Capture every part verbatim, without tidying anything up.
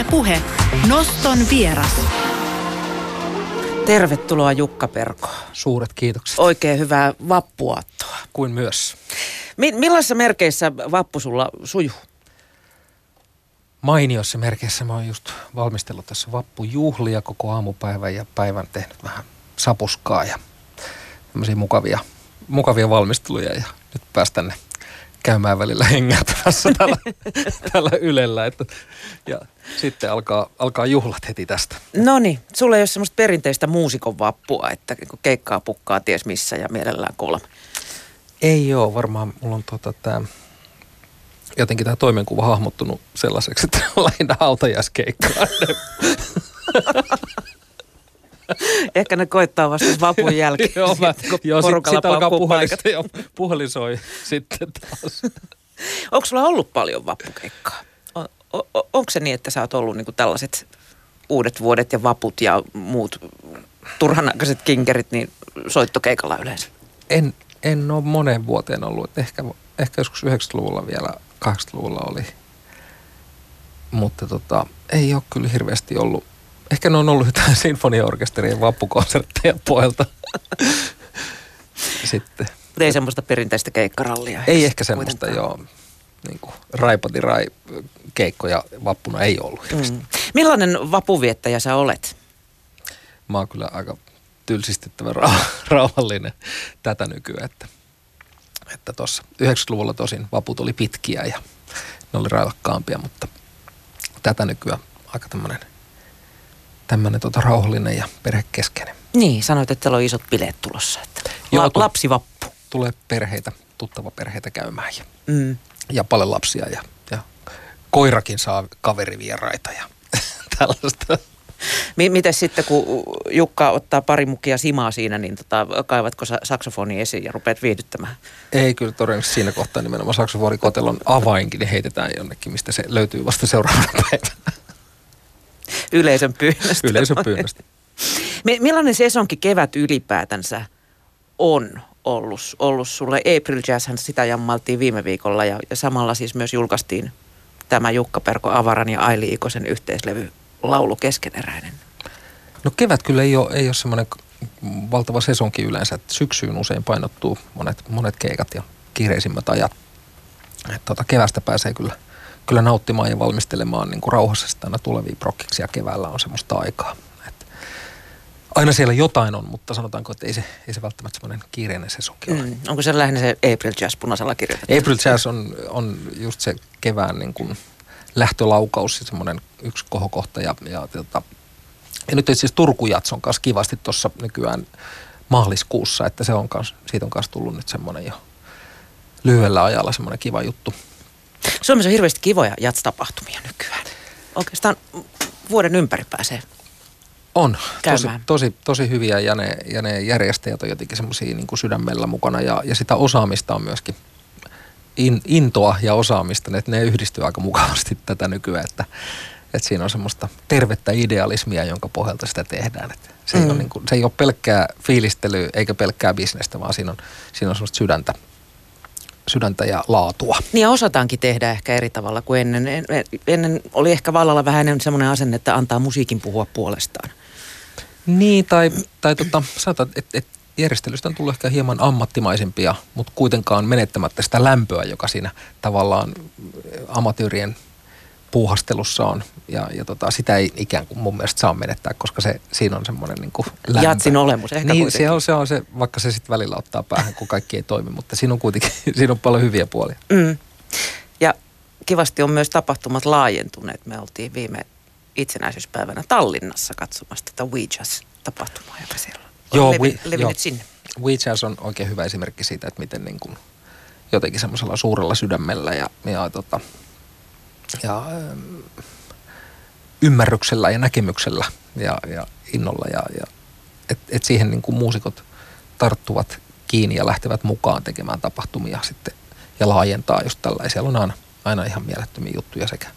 Puhe. Noston vieras. Tervetuloa Jukka Perko. Suuret kiitokset. Oikein hyvää vappuaattoa. Kuin myös. Mi- millaisissa merkeissä vappu sulla sujuu? Mainiossa merkeissä mä oon just valmistellut tässä vappujuhlia koko aamupäivän ja päivän tehnyt vähän sapuskaa ja tämmöisiä mukavia, mukavia valmisteluja ja nyt päästään ne käymään välillä hengähtämässä tällä, tällä Ylellä. Että, ja sitten alkaa, alkaa juhlat heti tästä. Noniin, sulla ei ole semmoista perinteistä muusikon vappua, että kun keikkaa pukkaa ties missä ja mielellään kolme. Ei oo, varmaan mulla on tota tää, jotenkin tämä toimenkuva hahmottunut sellaiseksi, että lähinnä hautajaiskeikkaa. Ehkä ne koittaa vasta vapun jälkeen. Joo, mä, sitten, joo sit, sit alkaa puhelin, paikat. puhelin soi sitten taas. Onko sulla ollut paljon vappukeikkaa? On, on, onko se niin, että sä oot ollut niinku tällaiset uudet vuodet ja vaput ja muut turhanaikaiset kinkerit niin soittokeikalla yleensä? En, en ole moneen vuoteen ollut. Ehkä, ehkä joskus yhdeksänkymmentäluvulla vielä, kahdeksankymmentäluvulla oli. Mutta tota, ei ole kyllä hirveästi ollut. Ehkä ne on ollut jotain sinfoniaorkesterien vappukonsertteja poilta. Sitten. Mutta ei semmoista perinteistä keikkarallia. Ei ehkä semmoista, joo. Niin kuin raipatirai keikkoja vappuna ei ollut. Mm. Millainen vapuviettäjä sä olet? Mä oon kyllä aika tylsistyttävän rauh- rauhallinen tätä nykyään. Että, että tuossa yhdeksänkymmentäluvulla tosin vaput oli pitkiä ja ne oli railakkaampia, mutta tätä nykyään aika tämmöinen tämmöinen tota rauhallinen ja perhekeskeinen. Niin, sanoit, että teillä on isot bileet tulossa. Että Joo, La- lapsivappu. Tulee perheitä, tuttava perheitä käymään ja, mm. ja paljon lapsia ja, ja koirakin saa kaverivieraita ja tällaista. M- Miten sitten, kun Jukka ottaa pari mukia simaa siinä, niin tota, kaivatko sä saksofoni esiin ja rupeat viihdyttämään? Ei kyllä todennäköisesti siinä kohtaa nimenomaan saksofonikotelon avainkin niin heitetään jonnekin, mistä se löytyy vasta seuraavana päivänä. Yleisön pyynnöstä. Yleisön pyynnöstä. Millainen sesonki kevät ylipäätänsä on ollut, ollut sulle? April Jazzhän sitä jammaltiin viime viikolla ja, ja samalla siis myös julkaistiin tämä Jukka Perko Avaran ja Aili Ikosen yhteislevy Laulu keskeneräinen. No kevät kyllä ei ole, ei ole semmoinen valtava sesonki yleensä, että syksyyn usein painottuu monet, monet keikat ja kiireisimmät ajat. Että tota, kevästä pääsee kyllä, kyllä nauttimaan ja valmistelemaan niin kuin rauhassa aina tulevia prokkiksia. Keväällä on semmoista aikaa. Et aina siellä jotain on, mutta sanotaanko, että ei se, ei se välttämättä semmoinen kiireinen sesonki ole. Mm, onko se lähinnä se April Jazz punaisella kirjoitettu? April Jazz on, on just se kevään niin kuin lähtölaukaus ja semmoinen yksi kohokohta ja, ja, ja, ja nyt siis Turku Jatson kanssa kivasti tuossa nykyään maaliskuussa, että se on kans, siitä on kanssa tullut nyt semmoinen jo lyhyellä ajalla semmoinen kiva juttu. Suomessa on hirveästi kivoja jats-tapahtumia nykyään. Oikeastaan vuoden ympäri pääsee on tosi, käymään. tosi, tosi hyviä ja ne, ja ne järjestäjät on jotenkin semmoisia niin kuin sydämellä mukana ja, ja sitä osaamista on myöskin in, intoa ja osaamista, että ne yhdistyy aika mukavasti tätä nykyään, että, että siinä on semmoista tervettä idealismia, jonka pohjalta sitä tehdään. Että se, mm. ei ole niin kuin, se ei ole pelkkää fiilistelyä eikä pelkkää bisnestä, vaan siinä on, siinä on semmoista sydäntä. sydäntä ja laatua. Niin ja osataankin tehdä ehkä eri tavalla kuin ennen. Ennen oli ehkä vallalla vähän enemmän semmoinen asenne, että antaa musiikin puhua puolestaan. Niin, tai, tai tota, sanotaan, että et järjestelystä on tullut ehkä hieman ammattimaisempia, mutta kuitenkaan menettämättä sitä lämpöä, joka siinä tavallaan amatöörien puuhastelussa on. Ja, ja tota, sitä ei ikään kuin mun mielestä saa menettää, koska se, siinä on semmoinen niin kuin lämpö. Jatsin olemus ehkä niin, kuitenkin. Se on, se on se, vaikka se sitten välillä ottaa päähän, kun kaikki ei toimi, mutta siinä on kuitenkin siinä on paljon hyviä puolia. Mm. Ja kivasti on myös tapahtumat laajentuneet. Me oltiin viime itsenäisyyspäivänä Tallinnassa katsomassa tätä We Jazz-tapahtumaa, joka siellä on joo, levi, we, levinnyt jo. sinne. We Jazz on oikein hyvä esimerkki siitä, että miten niin kuin jotenkin semmoisella suurella sydämellä ja, ja, tota, ja ähm, ymmärryksellä ja näkemyksellä ja, ja innolla ja, ja että et siihen niin kuin muusikot tarttuvat kiinni ja lähtevät mukaan tekemään tapahtumia sitten ja laajentaa just tällaisia. Siellä on aina, aina ihan mielettömiä juttuja sekä,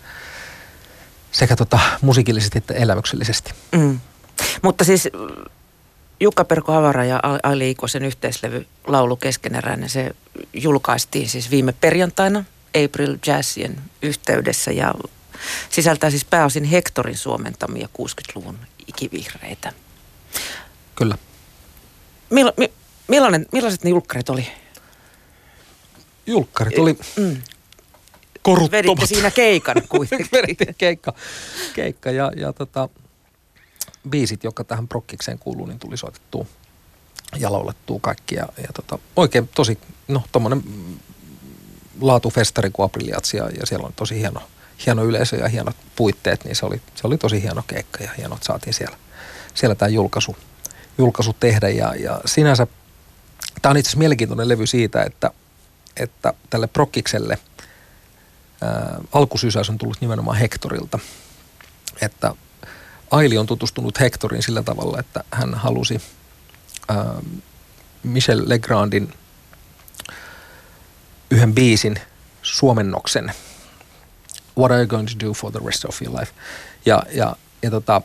sekä tota, musiikillisesti että elämyksellisesti. Mm. Mutta siis Jukka Perko Avara ja Aili Ikosen yhteislevy Laulu keskeneräinen, se julkaistiin siis viime perjantaina April Jazzien yhteydessä ja Sisältää siis pääosin Hectorin suomentamia kuusikymmentäluvun ikivihreitä. Kyllä. Milla, mi, millainen, millaiset ne julkkarit oli? Julkkarit oli mm. koruttomat. Veditte siinä keikan kuitenkin. Vedittiin keikka, keikka ja, ja tota, biisit, jotka tähän prokkikseen kuuluu, niin tuli soitettua ja laulettua kaikki. Ja, ja tota, oikein tosi, no tommonen laatufestari kuin Aprilliats ja, ja siellä on tosi hieno, hieno yleisö ja hienot puitteet, niin se oli, se oli tosi hieno keikka ja hienot saatiin siellä, siellä tämä julkaisu, julkaisu tehdä. Ja, ja sinänsä, tämä on itse asiassa mielenkiintoinen levy siitä, että, että tälle prokkikselle ää, alkusysäys on tullut nimenomaan Hectorilta, että Aili on tutustunut Hectoriin sillä tavalla, että hän halusi ää, Michel Legrandin yhden biisin suomennoksen What are you going to do for the rest of your life? Ja, ja, ja tota,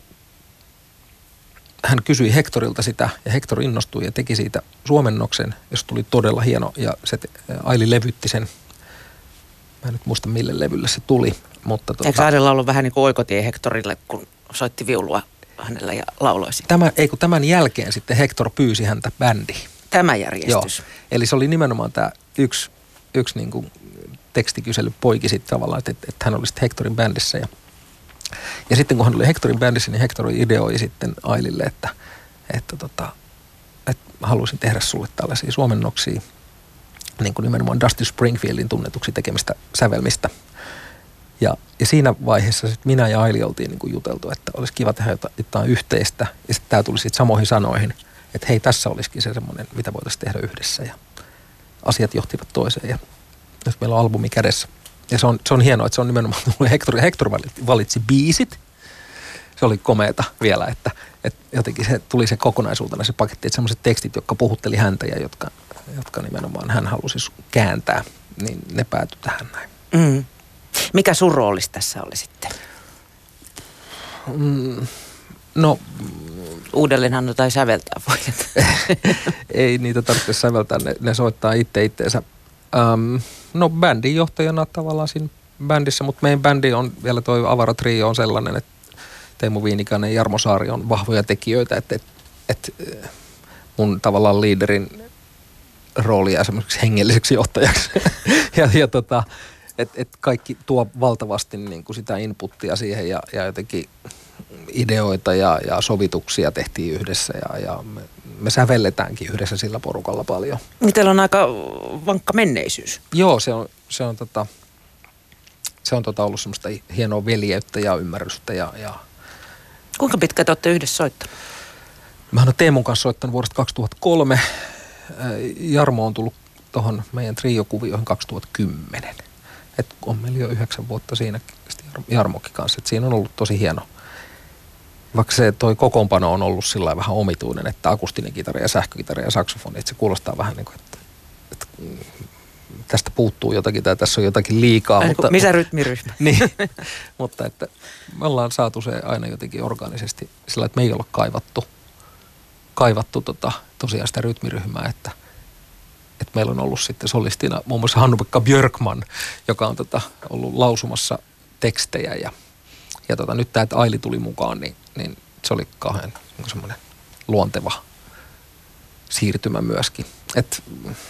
hän kysyi Hectorilta sitä ja Hector innostui ja teki siitä suomennoksen, jos tuli todella hieno ja se Aili levytti sen. Mä en nyt muista mille levylle se tuli. Mutta tota, eikö Aililla ollut vähän niin kuin oikotie Hectorille, kun soitti viulua hänellä ja lauloisi? Tämä, ei kun tämän jälkeen sitten Hector pyysi häntä bändiin. Tämä järjestys. Joo. Eli se oli nimenomaan tämä yksi, yksi niin kuin tekstikysely poiki sitten tavallaan, että, että hän oli sitten Hectorin bändissä. Ja, ja sitten kun hän oli Hectorin bändissä, niin Hector ideoi sitten Ailille, että, että, tota, että haluaisin tehdä sulle tällaisia suomennoksia, niin kuin nimenomaan Dusty Springfieldin tunnetuksi tekemistä sävelmistä. Ja, ja siinä vaiheessa sit minä ja Aili oltiin niin kuin juteltu, että olisi kiva tehdä jotain yhteistä. Ja sitten tämä tuli sitten samoihin sanoihin, että hei, tässä olisikin se semmoinen, mitä voitaisiin tehdä yhdessä. Ja asiat johtivat toiseen ja nyt meillä on albumi kädessä. Ja se on, se on hienoa, että se on nimenomaan Hector, Hector valitsi biisit. Se oli komeeta vielä, että, että jotenkin se tuli se kokonaisuutena se paketti, että semmoiset tekstit, jotka puhutteli häntä ja jotka, jotka nimenomaan hän halusi kääntää, niin ne päätyi tähän näin. Mm. Mikä sun roolis tässä oli sitten? Mm, no... Uudelleenhan jotain säveltää voi. Ei niitä tarvitse säveltää, ne, ne soittaa itse itteensä. Um, no bändin johtajana tavallaan siinä bändissä, mutta meidän bändi on vielä toi Avara Trio on sellainen, että Teemu Viinikainen ja Jarmo Saari on vahvoja tekijöitä, että, että, että mun tavallaan liiderin rooli jää semmoiseksi hengelliseksi johtajaksi. ja, ja tota, että et kaikki tuo valtavasti niin kuin sitä inputtia siihen ja, ja jotenkin ideoita ja, ja sovituksia tehtiin yhdessä ja, ja me, me sävelletäänkin yhdessä sillä porukalla paljon. Teillä on aika vankka menneisyys. Joo, se on, se on, tota, se on tota ollut semmoista hienoa veljeyttä ja ymmärrystä. Ja, ja kuinka pitkä te olette yhdessä soittanut? Mä oon Teemun kanssa soittanut vuodesta kaksituhattakolme. Jarmo on tullut tuohon meidän triokuvioihin kaksituhattakymmenen. Et on meillä jo yhdeksän vuotta siinä Jarmokin kanssa. Et siinä on ollut tosi hieno. Vaikka se toi kokoonpano on ollut sillä vähän omituinen, että akustinen kitara ja sähkökitara ja saksofoni, että se kuulostaa vähän niin kuin, että, että tästä puuttuu jotakin tai tässä on jotakin liikaa. Aina, mutta, missä rytmiryhmä? Niin, mutta että me ollaan saatu se aina jotenkin organisesti sillä, että me ei olla kaivattu, kaivattu tota, tosiaan sitä rytmiryhmää, että, että meillä on ollut sitten solistina muun muassa Hannu-Pekka Björkman, joka on tota, ollut lausumassa tekstejä ja Ja tota, nyt tämä, että Aili tuli mukaan, niin, niin se oli kauhean niin semmoinen luonteva siirtymä myöskin. Et,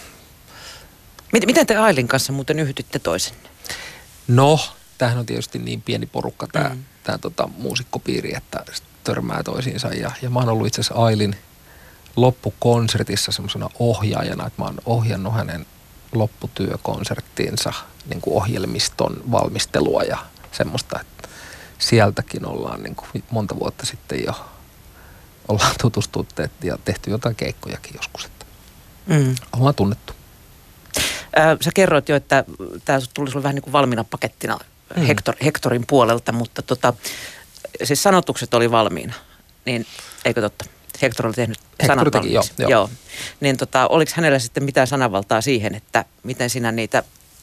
miten te Ailin kanssa muuten yhdytte toisenne? No, tämähän on tietysti niin pieni porukka tämä mm. tää, tota, muusikkopiiri, että törmää toisiinsa. Ja, ja mä oon ollut itse asiassa Ailin loppukonsertissa semmoisena ohjaajana, että mä oon ohjannut hänen lopputyökonserttiinsa niin kuin ohjelmiston valmistelua ja semmoista, että sieltäkin ollaan niin kuin monta vuotta sitten jo ollaan tutustuttu ja tehty jotain keikkojakin joskus, että mm. ollaan tunnettu. Äh, sä kerroit jo, että tämä tuli sulle vähän niin kuin valmiina pakettina mm. Hector, Hectorin puolelta, mutta tota, siis sanotukset oli valmiina, niin eikö totta? Hector oli tehnyt sanat teki, joo, joo. joo. Niin tota, oliko hänellä sitten mitään sananvaltaa siihen, että miten sinä niitä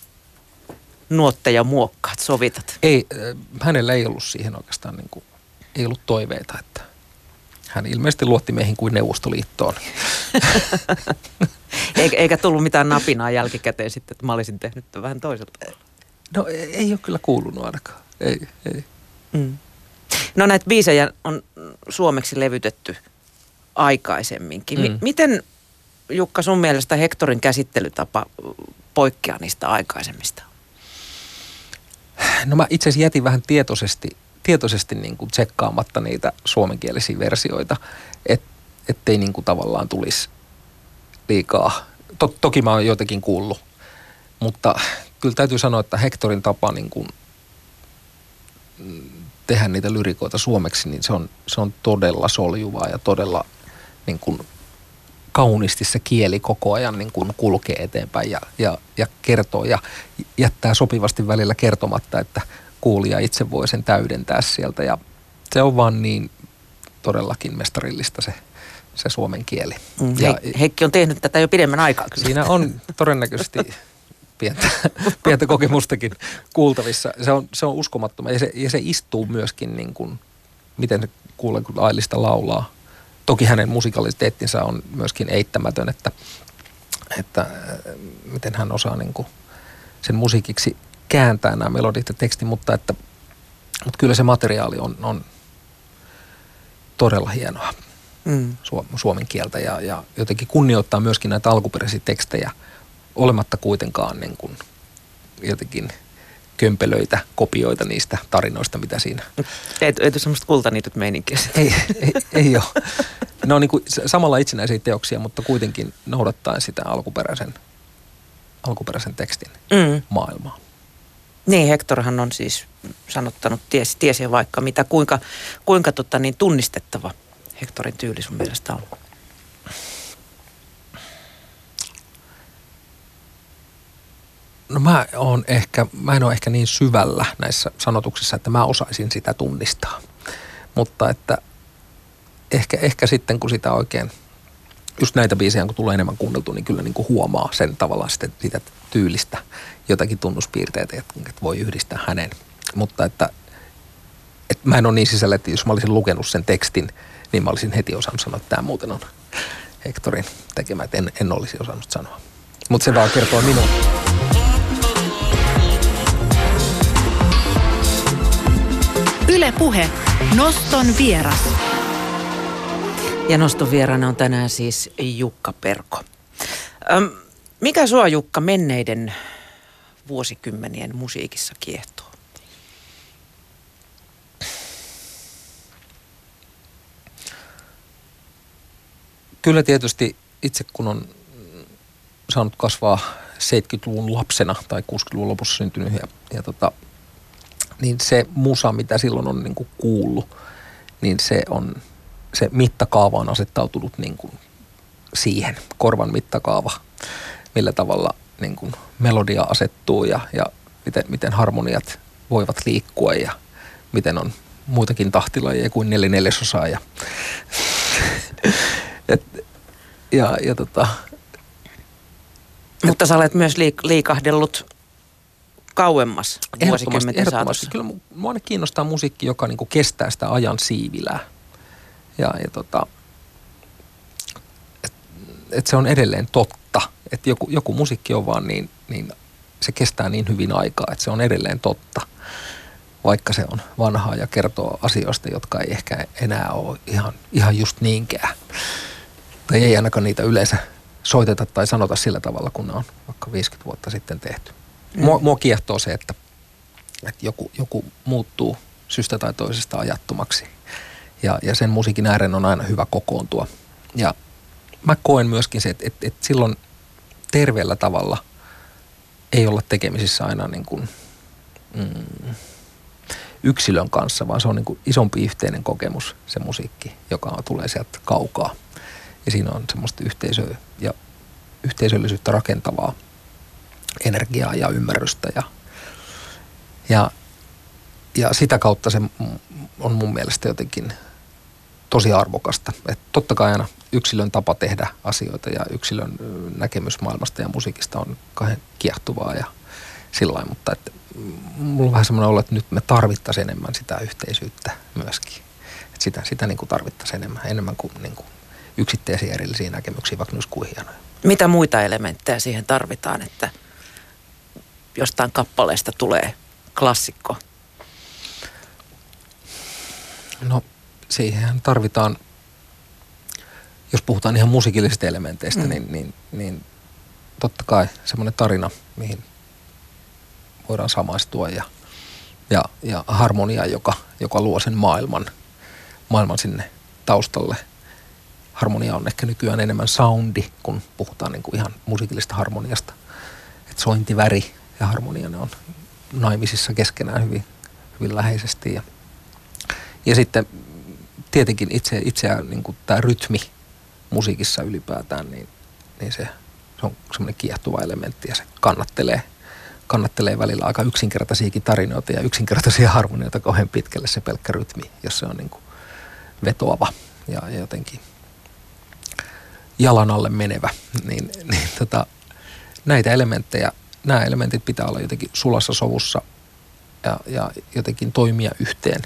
nuotteja muokkaat, sovitat? Ei, hänellä ei ollut siihen oikeastaan, niin kuin, ei ollut toiveita, että hän ilmeisesti luotti meihin kuin Neuvostoliittoon. eikä, eikä tullut mitään napinaa jälkikäteen sitten, että mä olisin tehnyt vähän toiselta. No ei ole kyllä kuulunut ainakaan. ei, ei. Mm. No näitä biisejä on suomeksi levytetty aikaisemminkin. Mm. Miten, Jukka, sun mielestä Hectorin käsittelytapa poikkeaa niistä aikaisemmista? No mä itse asiassa jätin vähän tietoisesti, tietoisesti niin kuin tsekkaamatta niitä suomenkielisiä versioita, et, ettei niin kuin tavallaan tulisi liikaa. To, toki mä oon joitakin kuullut, mutta kyllä täytyy sanoa, että Hectorin tapa niin kuin tehdä niitä lyrikoita suomeksi, niin se on, se on todella soljuvaa ja todella niin kuin kauniisti se kieli koko ajan niin kuin kulkee eteenpäin ja, ja, ja kertoo ja jättää sopivasti välillä kertomatta, että kuulija itse voi sen täydentää sieltä ja se on vaan niin todellakin mestarillista se, se suomen kieli. Mm, ja, Heikki on tehnyt tätä jo pidemmän aikaa kyllä. Siinä on todennäköisesti pientä, pientä kokemustakin kuultavissa. Se on, se on uskomattoman ja se, ja se istuu myöskin niin kuin, miten se kuulee, kun Ailista laulaa. Toki hänen musikaliteettinsa on myöskin eittämätön, että, että miten hän osaa niin kuin sen musiikiksi kääntää nämä melodit ja teksti, mutta, että, mutta kyllä se materiaali on, on todella hienoa mm. suomen kieltä ja, ja jotenkin kunnioittaa myöskin näitä alkuperäisiä tekstejä olematta kuitenkaan niin kuin jotenkin kömpelöitä, kopioita niistä tarinoista, mitä siinä. Ei, ei ole semmoista kultaniityt meininkiä. Ei, ei, ei ole. Ne on niin kuin samalla itsenäisiä teoksia, mutta kuitenkin noudattaen sitä alkuperäisen, alkuperäisen tekstin mm. maailmaa. Niin, Hectorhan on siis sanottanut ties, tiesi vaikka mitä, kuinka, kuinka tota, niin tunnistettava Hectorin tyyli sun mielestä on? No mä oon ehkä, mä en ole ehkä niin syvällä näissä sanotuksissa, että mä osaisin sitä tunnistaa. Mutta että ehkä, ehkä sitten kun sitä oikein, just näitä biisejä kun tulee enemmän kuunneltu, niin kyllä niin kuin huomaa sen tavallaan sitten sitä tyylistä jotakin tunnuspiirteitä, että voi yhdistää hänen. Mutta että, että mä en ole niin sisällä, että jos mä olisin lukenut sen tekstin, niin mä olisin heti osannut sanoa, että tämä muuten on Hectorin tekemä, että en, en olisi osannut sanoa. Mutta se vaan kertoo minun. Yle Puhe. Noston vieras. Ja noston vieraana on tänään siis Jukka Perko. Öm, mikä sua, Jukka, menneiden vuosikymmenien musiikissa kiehtoo? Kyllä tietysti itse kun on saanut kasvaa seitsemänkymmentäluvun lapsena tai kuusikymmentäluvun lopussa syntynyt ja, ja tota, niin se musa, mitä silloin on niin kuin kuullut, niin se on, se mittakaava on asettautunut niin kuin siihen, korvan mittakaava, millä tavalla niin kuin melodia asettuu ja, ja miten, miten harmoniat voivat liikkua ja miten on muitakin tahtilajeja kuin neljä neljäsosaa ja, et, ja, ja tota, mutta sä olet myös liik- liikahdellut kauemmas vuosikymmenten saatossa. Kyllä mua kiinnostaa musiikki, joka niinku kestää sitä ajan siivilää. Ja, ja tota, et, et se on edelleen totta. Että joku, joku musiikki on vaan niin, niin, se kestää niin hyvin aikaa, että se on edelleen totta. Vaikka se on vanhaa ja kertoo asioista, jotka ei ehkä enää ole ihan, ihan just niinkään. Tai ei ainakaan niitä yleensä soiteta tai sanota sillä tavalla, kun ne on vaikka viisikymmentä vuotta sitten tehty. Mua, mua kiehtoo se, että, että joku, joku muuttuu syystä tai toisesta ajattomaksi. Ja, ja sen musiikin ääreen on aina hyvä kokoontua. Ja mä koen myöskin se, että, että, että silloin terveellä tavalla ei olla tekemisissä aina niin kuin, mm, yksilön kanssa, vaan se on niin kuin isompi yhteinen kokemus, se musiikki, joka tulee sieltä kaukaa. Ja siinä on semmoista yhteisöä ja yhteisöllisyyttä rakentavaa energiaa ja ymmärrystä ja, ja, ja sitä kautta se on mun mielestä jotenkin tosi arvokasta. Että totta kai aina yksilön tapa tehdä asioita ja yksilön näkemys maailmasta ja musiikista on kahden kiehtovaa ja sillä lailla, mutta että mulla on vähän semmoinen olo, että nyt me tarvittaisiin enemmän sitä yhteisyyttä myöskin. Että sitä, sitä niin kuin tarvittaisiin enemmän, enemmän kuin, niin kuin yksittäisiä erillisiä näkemyksiä, vaikka ne olisi kuin hienoja. Mitä muita elementtejä siihen tarvitaan, että jostain kappaleesta tulee klassikko? No siihen tarvitaan, jos puhutaan ihan musiikillisista elementeistä, mm. niin, niin, niin totta kai semmoinen tarina, mihin voidaan samaistua ja, ja, ja harmonia, joka, joka luo sen maailman, maailman sinne taustalle. Harmonia on ehkä nykyään enemmän soundi, kun puhutaan niin kuin ihan musiikillisesta harmoniasta. Et sointi, väri ja harmonia, ne on naimisissa keskenään hyvin, hyvin läheisesti. Ja, ja sitten tietenkin itse, itseään niin kuin tämä rytmi musiikissa ylipäätään, niin, niin se, se on semmoinen kiehtova elementti ja se kannattelee, kannattelee välillä aika yksinkertaisiakin tarinoita ja yksinkertaisia harmonioita kauhean pitkälle se pelkkä rytmi, jos se on niin kuin vetoava ja, ja jotenkin jalan alle menevä, niin, niin tota, näitä elementtejä, nämä elementit pitää olla jotenkin sulassa sovussa ja, ja jotenkin toimia yhteen.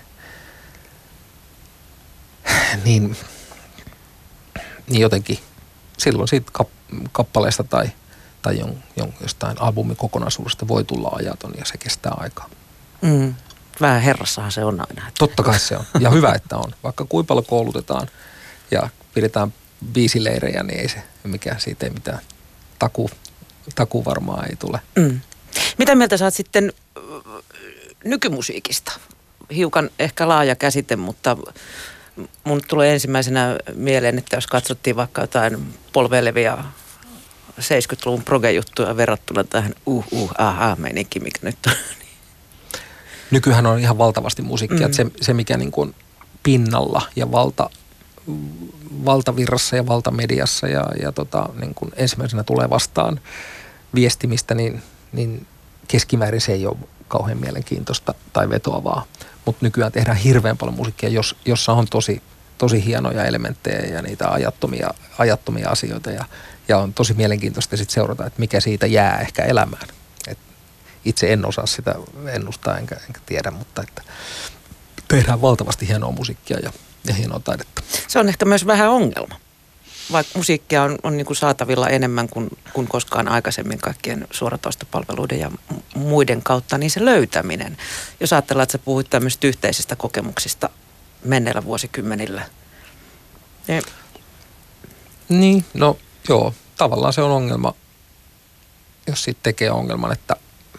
Niin, niin jotenkin silloin siitä kap- kappaleesta tai, tai jon, jon, jostain albumin kokonaisuudesta voi tulla ajaton ja se kestää aikaa. Mm. Vähän herrassahan se on aina. Totta kai se on. Ja hyvä, että on. Vaikka kuinka paljon koulutetaan ja pidetään biisileirejä, niin ei se mikään, siitä ei mitään taku, taku varmaan ei tule. Mm. Mitä mieltä sä oot sitten nykymusiikista? Hiukan ehkä laaja käsite, mutta mun tulee ensimmäisenä mieleen, että jos katsottiin vaikka jotain polveilevia seitsemänkymmentäluvun proge-juttuja verrattuna tähän uh uh aha meininki, mikä nyt on. Nykyään on ihan valtavasti musiikkia. Mm. Se, se, mikä niin kuin pinnalla ja valta, valtavirrassa ja valtamediassa ja, ja tota, niin kuin ensimmäisenä tulee vastaan viestimistä, niin, niin keskimäärin se ei ole kauhean mielenkiintoista tai vetoavaa. Mutta nykyään tehdään hirveän paljon musiikkia, jos, jossa on tosi, tosi hienoja elementtejä ja niitä ajattomia, ajattomia asioita. Ja, ja on tosi mielenkiintoista sitten seurata, että mikä siitä jää ehkä elämään. Et itse en osaa sitä ennustaa enkä, enkä tiedä, mutta että tehdään valtavasti hienoa musiikkia ja, ja hienoa taidetta. Se on ehkä myös vähän ongelma. Vaikka musiikkia on, on niin kuin saatavilla enemmän kuin, kuin koskaan aikaisemmin kaikkien suoratoistopalveluiden ja muiden kautta, niin se löytäminen. Jos ajatellaan, että sä puhuit tämmöistä yhteisistä kokemuksista menneillä vuosikymmenillä. Niin, niin, no joo, tavallaan se on ongelma, jos siitä tekee ongelman, että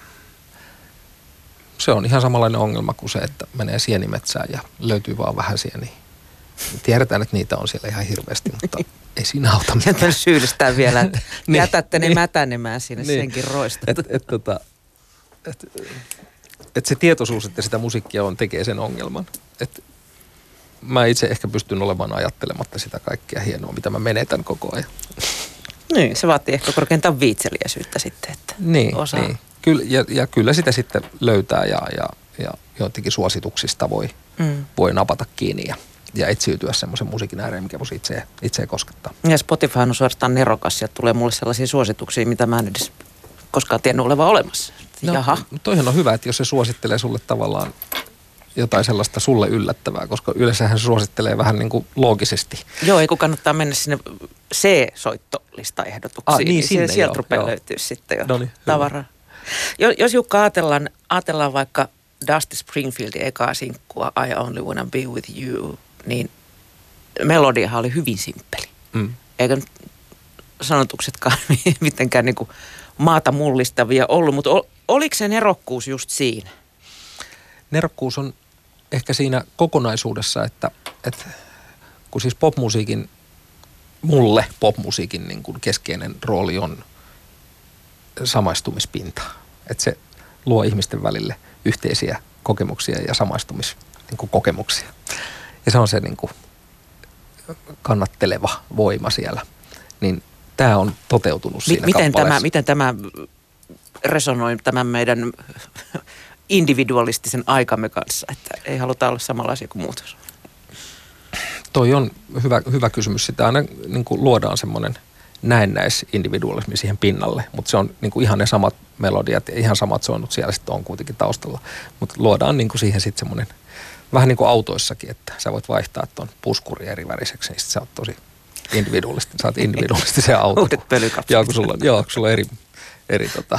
se on ihan samanlainen ongelma kuin se, että menee sienimetsään ja löytyy vaan vähän sieniä. Tiedetään, että niitä on siellä ihan hirveästi, mutta ei siinä auta mitään. Sieltä syyllistää vielä, että niin, jätätte ne niin, mätänemään sinne niin, senkin roista. Että et, tota, et, et se tietoisuus, että sitä musiikkia on, tekee sen ongelman. Et mä itse ehkä pystyn olemaan ajattelematta sitä kaikkea hienoa, mitä mä menetän koko ajan. Niin, se vaatii ehkä korkeintaan viitseliäisyyttä sitten, että niin, osaa. Niin. Kyllä, ja, ja kyllä sitä sitten löytää ja, ja, ja jotenkin suosituksista voi, mm. voi napata kiinni ja ja etsiytyä semmoisen musiikin ääreen, mikä voisi itseä, itseä koskettaa. Ja Spotify on suorastaan nerokas ja tulee mulle sellaisia suosituksia, mitä mä en edes koskaan tiennyt olevan olemassa. No, Jaha. Toihan on hyvä, että jos se suosittelee sulle tavallaan jotain sellaista sulle yllättävää, koska yleensähän se suosittelee vähän niin kuin loogisesti. Joo, ei kun kannattaa mennä sinne C-soittolistaehdotuksiin. Ah, niin, niin sinne, sieltä joo, rupeaa joo. löytyä sitten jo Noniin, tavaraa. Jo, jos Jukka ajatellaan, ajatellaan vaikka Dusty Springfieldin ekaa sinkkua I Only Wanna Be With You, niin melodiahan oli hyvin simppeli. Mm. Eikä sanotuksetkaan mitenkään niin kuin maata mullistavia ollut, mutta ol, oliko se nerokkuus just siinä? Nerokkuus on ehkä siinä kokonaisuudessa, että, että kun siis popmusiikin, mulle popmusiikin niin kuin keskeinen rooli on samaistumispinta. Että se luo ihmisten välille yhteisiä kokemuksia ja samaistumiskokemuksia. Ja se on se niin kuin kannatteleva voima siellä. Niin tämä on toteutunut M- siinä miten tämä, miten tämä resonoi tämän meidän individualistisen aikamme kanssa, että ei haluta olla samanlaisia kuin muut? Toi on hyvä, hyvä kysymys. Sitä aina niin kuin luodaan semmoinen näennäisindividualismi siihen pinnalle, mutta se on niin kuin ihan ne samat melodiat ja ihan samat soinnut siellä sitten on kuitenkin taustalla. Mutta luodaan niin kuin siihen sitten semmoinen, vähän niin kuin autoissakin, että sä voit vaihtaa tuon puskuri eri väriseksi, niin sitten sä oot tosi individualisti, sä oot individualisti se auto. Uudet pölykapselit. Joo, kun sulla, joo, kun sulla on eri, eri tota,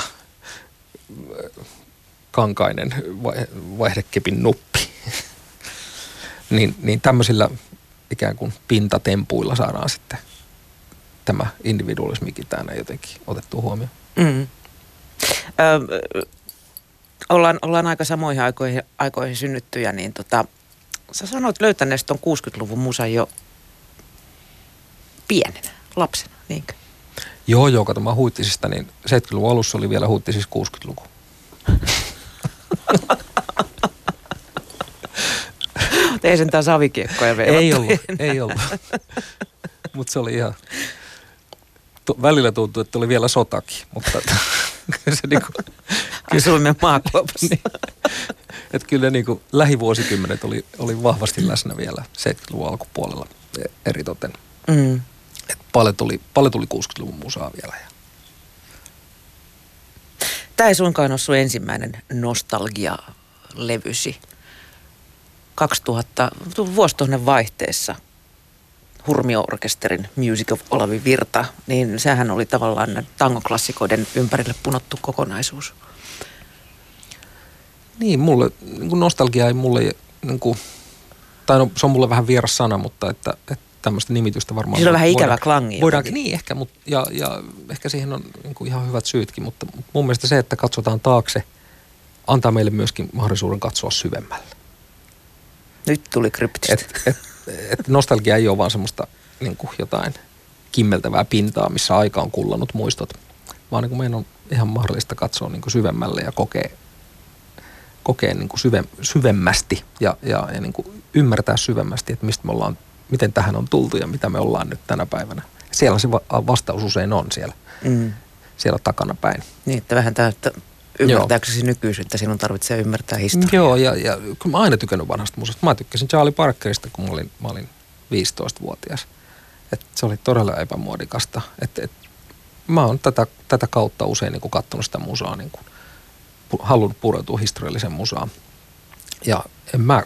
kankainen vaihdekepin nuppi. Niin, niin tämmöisillä ikään kuin pintatempuilla saadaan sitten tämä individualismikin tänne jotenkin otettu huomioon. Mm. Ö, ollaan, ollaan aika samoihin aikoihin, aikoihin synnyttyjä, niin tota, sä sanoit löytäneesi tuon kuusikymmentäluvun musan jo pienenä, lapsena, niinkö? Joo, joo, kato mä Huittisista, niin seitsemänkymmentäluvun alussa oli vielä Huittisissa kuusikymmentäluku. Ei sentään savikiekkoja veivattu. Ei ollut, ei ollut. Mutta se oli ihan, tu, välillä tuntui, että oli vielä sotakin, mutta se niinku. Asuimme maakuopassa. Niin, että kyllä niinku lähivuosikymmenet oli, oli vahvasti läsnä vielä seitsemänkymmentäluvun alkupuolella eritoten. Mm. Et paljon tuli, paljon tuli kuusikymmentäluvun musaa vielä. Tämä ei suinkaan ole sun ensimmäinen nostalgia-levysi. kaksituhatta, vuosituhannen vaihteessa Hurmio-orkesterin Music of Olavi Virta, niin sehän oli tavallaan tangoklassikoiden ympärille punottu kokonaisuus. Niin, mulle niin nostalgia ei mulle, niin kuin, tai no, se on mulle vähän vieras sana, mutta että, että tämmöistä nimitystä varmaan. Sillä on vähän voidaan, ikävä klangi. Voidaan, niin ehkä, mutta, ja, ja ehkä siihen on niin kuin ihan hyvät syytkin, mutta, mutta mun mielestä se, että katsotaan taakse, antaa meille myöskin mahdollisuuden katsoa syvemmälle. Nyt tuli kryptistä. Et, et, et nostalgia ei ole vaan semmoista niin kuin jotain kimmeltävää pintaa, missä aika on kullannut muistot, vaan niin kuin meidän on ihan mahdollista katsoa niin kuin syvemmälle ja kokea, kokea niin kuin syve, syvemmästi ja, ja, ja niin kuin ymmärtää syvemmästi, että mistä me ollaan, miten tähän on tultu ja mitä me ollaan nyt tänä päivänä. Siellä se vastaus usein on siellä, mm. siellä takana päin. Niin, että vähän täyttä ymmärtääksesi nykyisyyttä, sinun tarvitsee ymmärtää historiaa. Joo, ja, ja kyllä mä aina tykännyt vanhasta musasta. Mä tykkäsin Charlie Parkerista, kun mä olin, mä olin viisitoistavuotias. Et se oli todella epämuodikasta. Et, et, mä oon tätä, tätä kautta usein niin katsonut sitä musaa, niin kuin, halunnut pureutua historiallisen musaan. Ja en mä,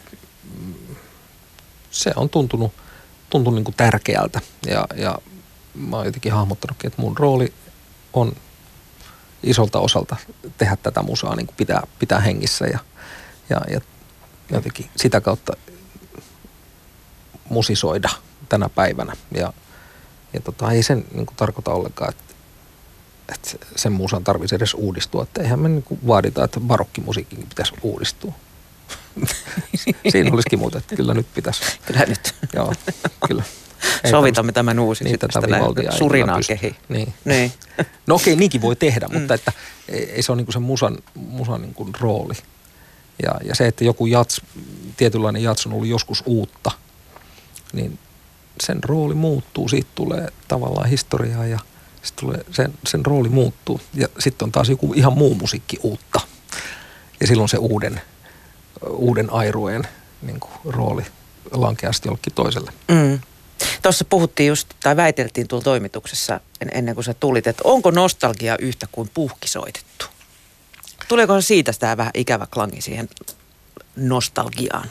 se on tuntunut, tuntunut niin kuin tärkeältä. Ja, ja mä oon jotenkin hahmottanutkin, että mun rooli on isolta osalta tehdä tätä musaa, niin kuin pitää, pitää hengissä ja, ja, ja jotenkin sitä kautta musisoida tänä päivänä. Ja, ja tota, ei sen niin kuin tarkoita ollenkaan, että, että sen musan tarvitsisi edes uudistua. Että eihän me niin kuin vaadita, että barokkimusiikkikin pitäisi uudistua. Siinä olisikin muuta, että kyllä nyt pitäisi. Kyllä nyt. Joo, kyllä. Sovitamme tämän uusi niin, sitten tästä surinaa kehi. Niin. niin. No okei, niinkin voi tehdä, mm. mutta että ei se ole niinku se musan, musan niinku rooli. Ja, ja se, että joku jats, tietynlainen jats on ollut joskus uutta, niin sen rooli muuttuu. Siitä tulee tavallaan historiaa ja sit tulee, sen, sen rooli muuttuu. Ja sitten on taas joku ihan muu musiikki uutta. Ja silloin se uuden, uuden airueen niinku rooli lankeaa sitten jollekin toiselle. Mm. Tuossa puhuttiin just, tai väiteltiin tuolla toimituksessa ennen kuin sä tulit, että onko nostalgia yhtä kuin puhkisoitettu? Tuleeko siitä sitä vähän ikävä klangi siihen nostalgiaan?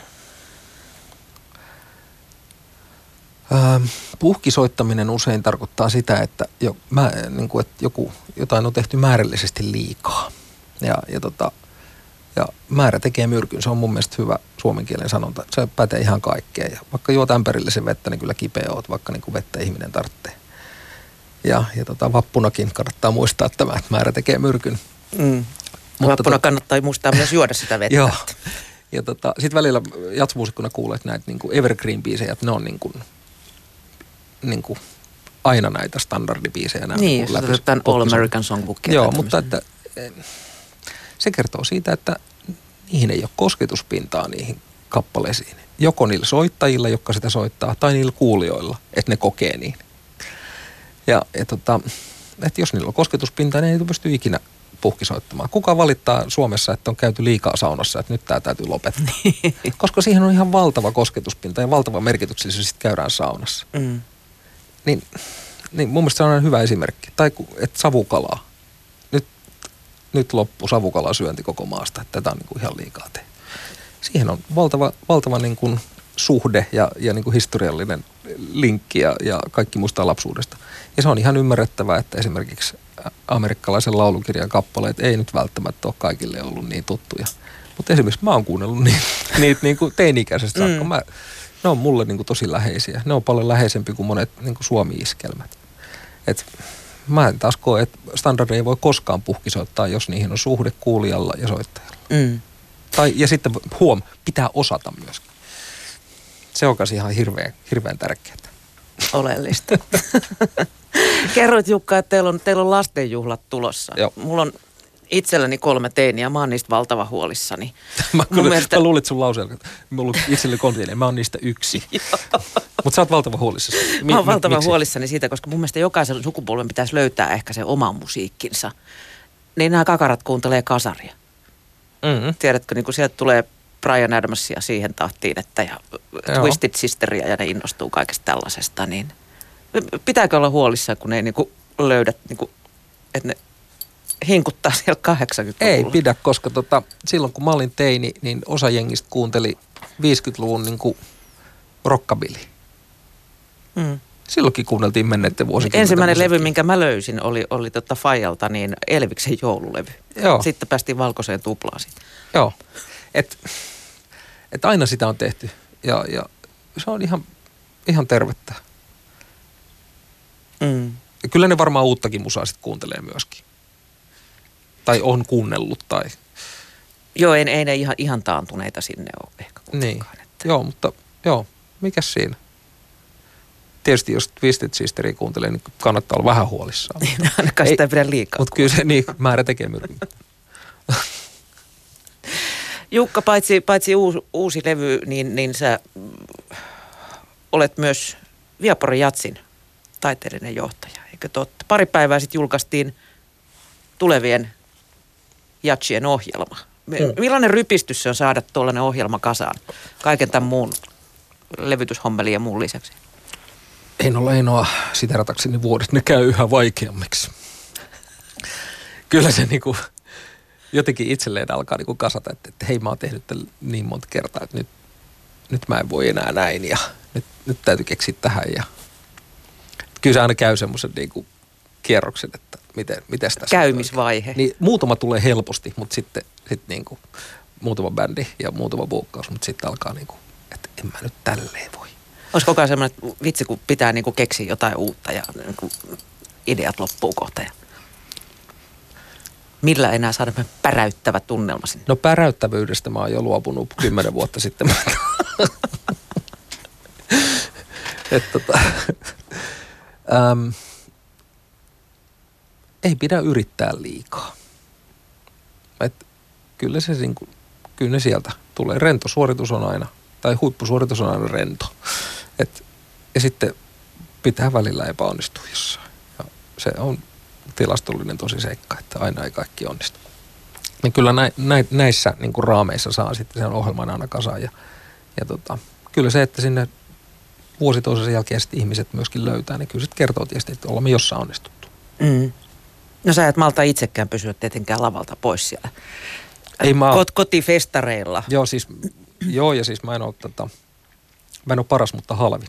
Ähm, puhkisoittaminen usein tarkoittaa sitä, että, jo, mä, niin kuin, että joku, jotain on tehty määrällisesti liikaa. Ja, ja, tota, ja määrä tekee myrkyn. Se on mun mielestä hyvä suomenkielen sanonta. Se pätee ihan kaikkeen. Ja vaikka juot ämpärillisen vettä, niin kyllä kipeä oot, vaikka niin kuin vettä ihminen tarvitsee. Ja, ja tota, vappunakin kannattaa muistaa tämä, että määrä tekee myrkyn. Mm. Vappuna tota, kannattaa muistaa myös juoda sitä vettä. Joo. Ja tota, sitten välillä jatsmuusikkona kuulee, että näitä niin kuin evergreen-biisejä, että ne on niin kuin, niin kuin aina näitä standardibiisejä. Niin, jos otetaan All American Songbookia. Joo, mutta että se kertoo siitä, että niihin ei ole kosketuspintaa niihin kappaleisiin. Joko niillä soittajilla, jotka sitä soittaa, tai niillä kuulijoilla, että ne kokee niin. Ja, ja tota, että jos niillä on kosketuspintaa, niin ei pysty ikinä puhkisoittamaan. Kuka valittaa Suomessa, että on käyty liikaa saunassa, että nyt tämä täytyy lopettaa? Koska siihen on ihan valtava kosketuspinta ja valtava merkityksellisyys, sitten käydään saunassa. Mm. Niin, niin mun mielestä se on hyvä esimerkki. Tai että savukalaa. Nyt, nyt loppu savukalan syönti koko maasta, että tätä on niin kuin ihan liikaa tehty. Siihen on valtava, valtava niin kuin suhde ja, ja niin kuin historiallinen linkki ja, ja kaikki muistaa lapsuudesta. Ja se on ihan ymmärrettävää, että esimerkiksi amerikkalaisen laulukirjan kappaleet ei nyt välttämättä ole kaikille ollut niin tuttuja. Mutta esimerkiksi mä oon kuunnellut niitä, niitä niin kuin teini-ikäisestä saakka. Mm. Mä, ne on mulle niin kuin tosi läheisiä. Ne on paljon läheisempi kuin monet niin kuin Suomi-iskelmät. Et mä en taas koe, että standardi ei voi koskaan puhkisoittaa, jos niihin on suhde kuulijalla ja soittajalla. Mm. Tai, ja sitten huom, pitää osata myöskin. Se on kanssa ihan hirveän, hirveän tärkeää. Oleellista. Kerroit Jukka, että teillä on, teillä on lastenjuhlat tulossa. Joo. Mulla on itselläni kolme teiniä, mä oon niistä valtavan huolissani. mä, kyllä, mielestä... mä luulin, että sun lauseella, että mulla on itselleni kolme teiniä, mä oon niistä yksi. Mutta sä oot valtavan huolissasi. Mi- mä oon valtavan miksi? huolissani siitä, koska mun mielestä jokaisen sukupolven pitäisi löytää ehkä se oma musiikkinsa. Niin nämä kakarat kuuntelee kasaria. Mm-hmm. Tiedätkö, niin kun sieltä tulee Bryan Adamsia siihen tahtiin, että ja Joo. Twisted Sisteria ja ne innostuu kaikesta tällaisesta, niin pitääkö olla huolissaan, kun ne ei niinku löydä, niinku, että ne hinkuttaa siellä kahdeksankymmentäluvulla? Ei pidä, koska tota, silloin kun mä olin teini, niin osa jengistä kuunteli viisikymmentäluvun niinku rockabilly. Mm. Silloinkin kuunneltiin menneiden vuosikymmenten. Ensimmäinen levy, minkä mä löysin, oli, oli tota Fajalta niin Elviksen joululevy. Joo. Sitten päästiin valkoiseen tuplaan siitä. Joo. Että et aina sitä on tehty ja, ja se on ihan, ihan tervettä. Mm. Ja kyllä ne varmaan uuttakin musaa sitten kuuntelee myöskin. Tai on kuunnellut tai... Joo, ei, ei ne ihan, ihan taantuneita sinne ole ehkä kuitenkaan. Niin. Että... Joo, mutta joo, mikäs siinä? Tietysti jos Twisted Sisteria kuuntelee, niin kannattaa olla vähän huolissaan. Ainakaan sitä ei pidä liikaa. Mutta kyllä se niin, määrä tekee myrkyn. Jukka, paitsi, paitsi uusi, uusi levy, niin, niin sä olet myös Viaporin Jatsin taiteellinen johtaja, eikö totta? Pari päivää sitten julkaistiin tulevien jatsien ohjelma. Mm. Millainen rypistys se on saada tuollainen ohjelma kasaan kaiken tämän muun levytyshommelin ja muun lisäksi? Ei ole ainoa siteratakseni vuodet, ne käy yhä vaikeammiksi. Kyllä se niinku... Jotenkin itselleen alkaa niinku kasata, että, että hei, mä oon tehnyt tämän niin monta kertaa, että nyt, nyt mä en voi enää näin ja nyt, nyt täytyy keksiä tähän. Ja kyllä se aina käy semmoisen niinku kierroksen, että miten, miten tässä... Käymisvaihe. Niin, muutama tulee helposti, mutta sitten sit niinku, muutama bändi ja muutama buukkaus, mutta sitten alkaa niinku, että en mä nyt tälleen voi. Olisi koko ajan semmoinen vitsi, kun pitää niinku keksiä jotain uutta ja niinku ideat loppuu kohta ja... Millä enää saada päräyttävä tunnelma sinne? No päräyttävyydestä mä oon jo luopunut kymmenen vuotta sitten. Et tota, äm, ei pidä yrittää liikaa. Et kyllä, se, kyllä ne sieltä tulee. Rento suoritus on aina, tai huippusuoritus on aina rento. Et, ja sitten pitää välillä epäonnistua jossain. Ja se on tilastollinen tosi seikka, että aina ei kaikki onnistu. Niin kyllä nä, nä, näissä niin kuin raameissa saa sitten sen ohjelman aina kasaan. Ja, ja tota, kyllä se, että sinne vuosi toisensa jälkeen sitten ihmiset myöskin löytää, niin kyllä se kertoo tietysti, että olemme jossain onnistuttu. Mm. No sä et malta itsekään pysyä tietenkään lavalta pois siellä. Ei mä... Kot, kotifestareilla. Joo, siis, joo, ja siis mä en ole, tota, mä en ole paras, mutta halvin.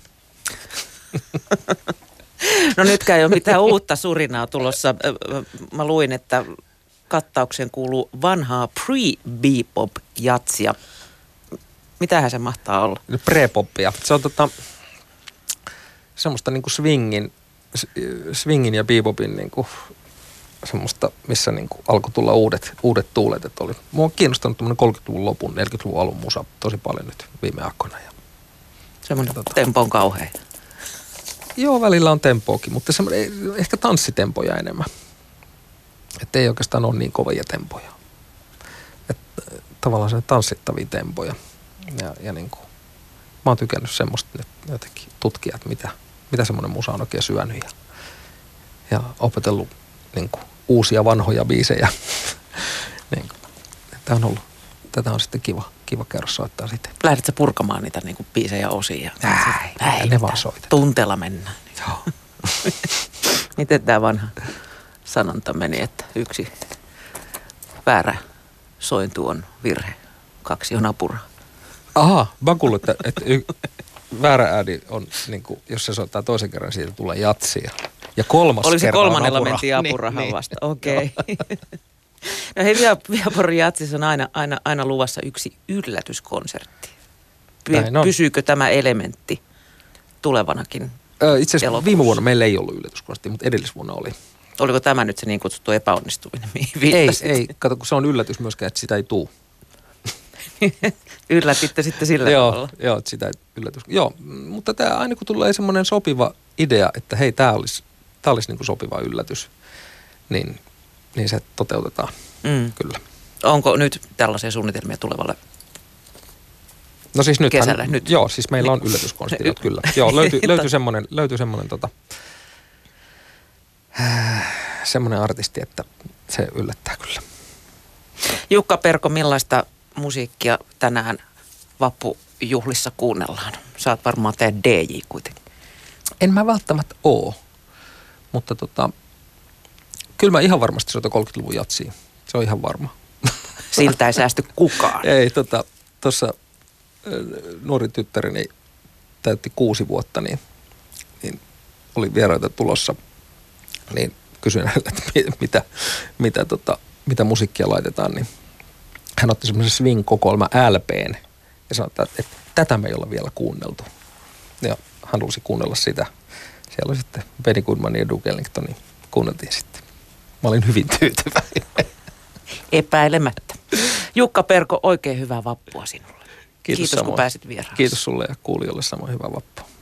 No nytkään ei ole mitään uutta surinaa tulossa. Mä luin, että kattaukseen kuuluu vanhaa pre-bebop-jatsia. Mitähän se mahtaa olla? Pre-poppia. Se on tota, semmoista niinku swingin, swingin ja bebopin niinku, semmoista, missä niinku alkoi tulla uudet, uudet tuulet. Että oli. Mua on kiinnostanut tämmöinen kolmekymmentäluvun lopun, neljäkymmentäluvun alun musa tosi paljon nyt viime aikoina. Ja, semmoinen tota, tempo on kauhean. Joo, välillä on tempoakin, mutta ehkä tanssitempoja enemmän. Että ei oikeastaan ole niin kovia tempoja. Että tavallaan se tanssittavia tempoja. Ja, ja niin kuin, mä oon tykännyt semmoista nyt jotenkin tutkia, että mitä, mitä semmoinen musa on oikein syönyt. Ja, ja opetellut niin kuin, uusia vanhoja biisejä. niin kuin, tämä on ollut, tätä on sitten kiva, kiva käydä soittaa sitten. Lähdetkö purkamaan niitä niin kuin biisejä osiin? Näin, näin ne vaan soitetaan. Tunteella mennään. Joo. Miten tämä vanha sanonta meni, että yksi väärä sointu on virhe, kaksi on apura. Aha, mä kuulin, että, että y- väärä ääni on, niin kuin, jos se soittaa toisen kerran, siitä tulee jatsia. Ja kolmas Oli se kerran kolmannella apura. mentiin apurahan niin, vasta, niin. Okei. Okay. No hei, Viaporin Jatsissa on aina, aina, aina luvassa yksi yllätyskonsertti. Py- pysyykö tämä elementti tulevanakin? Öö, itse asiassa viime vuonna meillä ei ollut yllätyskonsertti, mutta edellisvuonna oli. Oliko tämä nyt se niin kutsuttu epäonnistuminen, mihin Ei, viittasit? ei. Kato, kun se on yllätys myöskään, että sitä ei tule. Yllätitte sitten sillä joo, tavalla. Joo, että sitä ei yllätys. Joo, mutta tämä aina kun tulee semmoinen sopiva idea, että hei, tämä olisi, tämä olisi niin kuin sopiva yllätys, niin, niin se toteutetaan Mm. kyllä. Onko nyt tällaisia suunnitelmia tulevalle? No siis nythän, kesällä, nyt. Joo, siis meillä on yllätyskonstitot kyllä. Joo, löytyy, löytyy semmoinen, löytyy semmoinen tota, semmoinen artisti, että se yllättää kyllä. Jukka Perko, millaista musiikkia tänään vappujuhlissa kuunnellaan? Sä oot varmaan teidän D J kuitenkin. En mä välttämättä oo, mutta tota, kyllä mä ihan varmasti soitan kolmekymmentäluvun jatsia. Se on ihan varma. Siltä ei säästy kukaan. Ei, tota, tuossa nuori tyttäreni täytti kuusi vuotta, niin, niin oli vieraita tulossa, niin kysyin häneltä, että mitä, mitä, tota, mitä musiikkia laitetaan, niin hän otti semmoisen swing-kokoelma L P:n ja sanoi, että, että tätä me ei olla vielä kuunneltu. Ja hän halusi kuunnella sitä. Siellä oli sitten Benny Goodman ja Duke Ellington, niin kuunneltiin sitten. Mä olin hyvin tyytyväinen. Epäilemättä. Jukka Perko, oikein hyvää vappua sinulle. Kiitos, Kiitos kun pääsit vieraaksi. Kiitos sulle ja kuulijoille samoin hyvää vappua.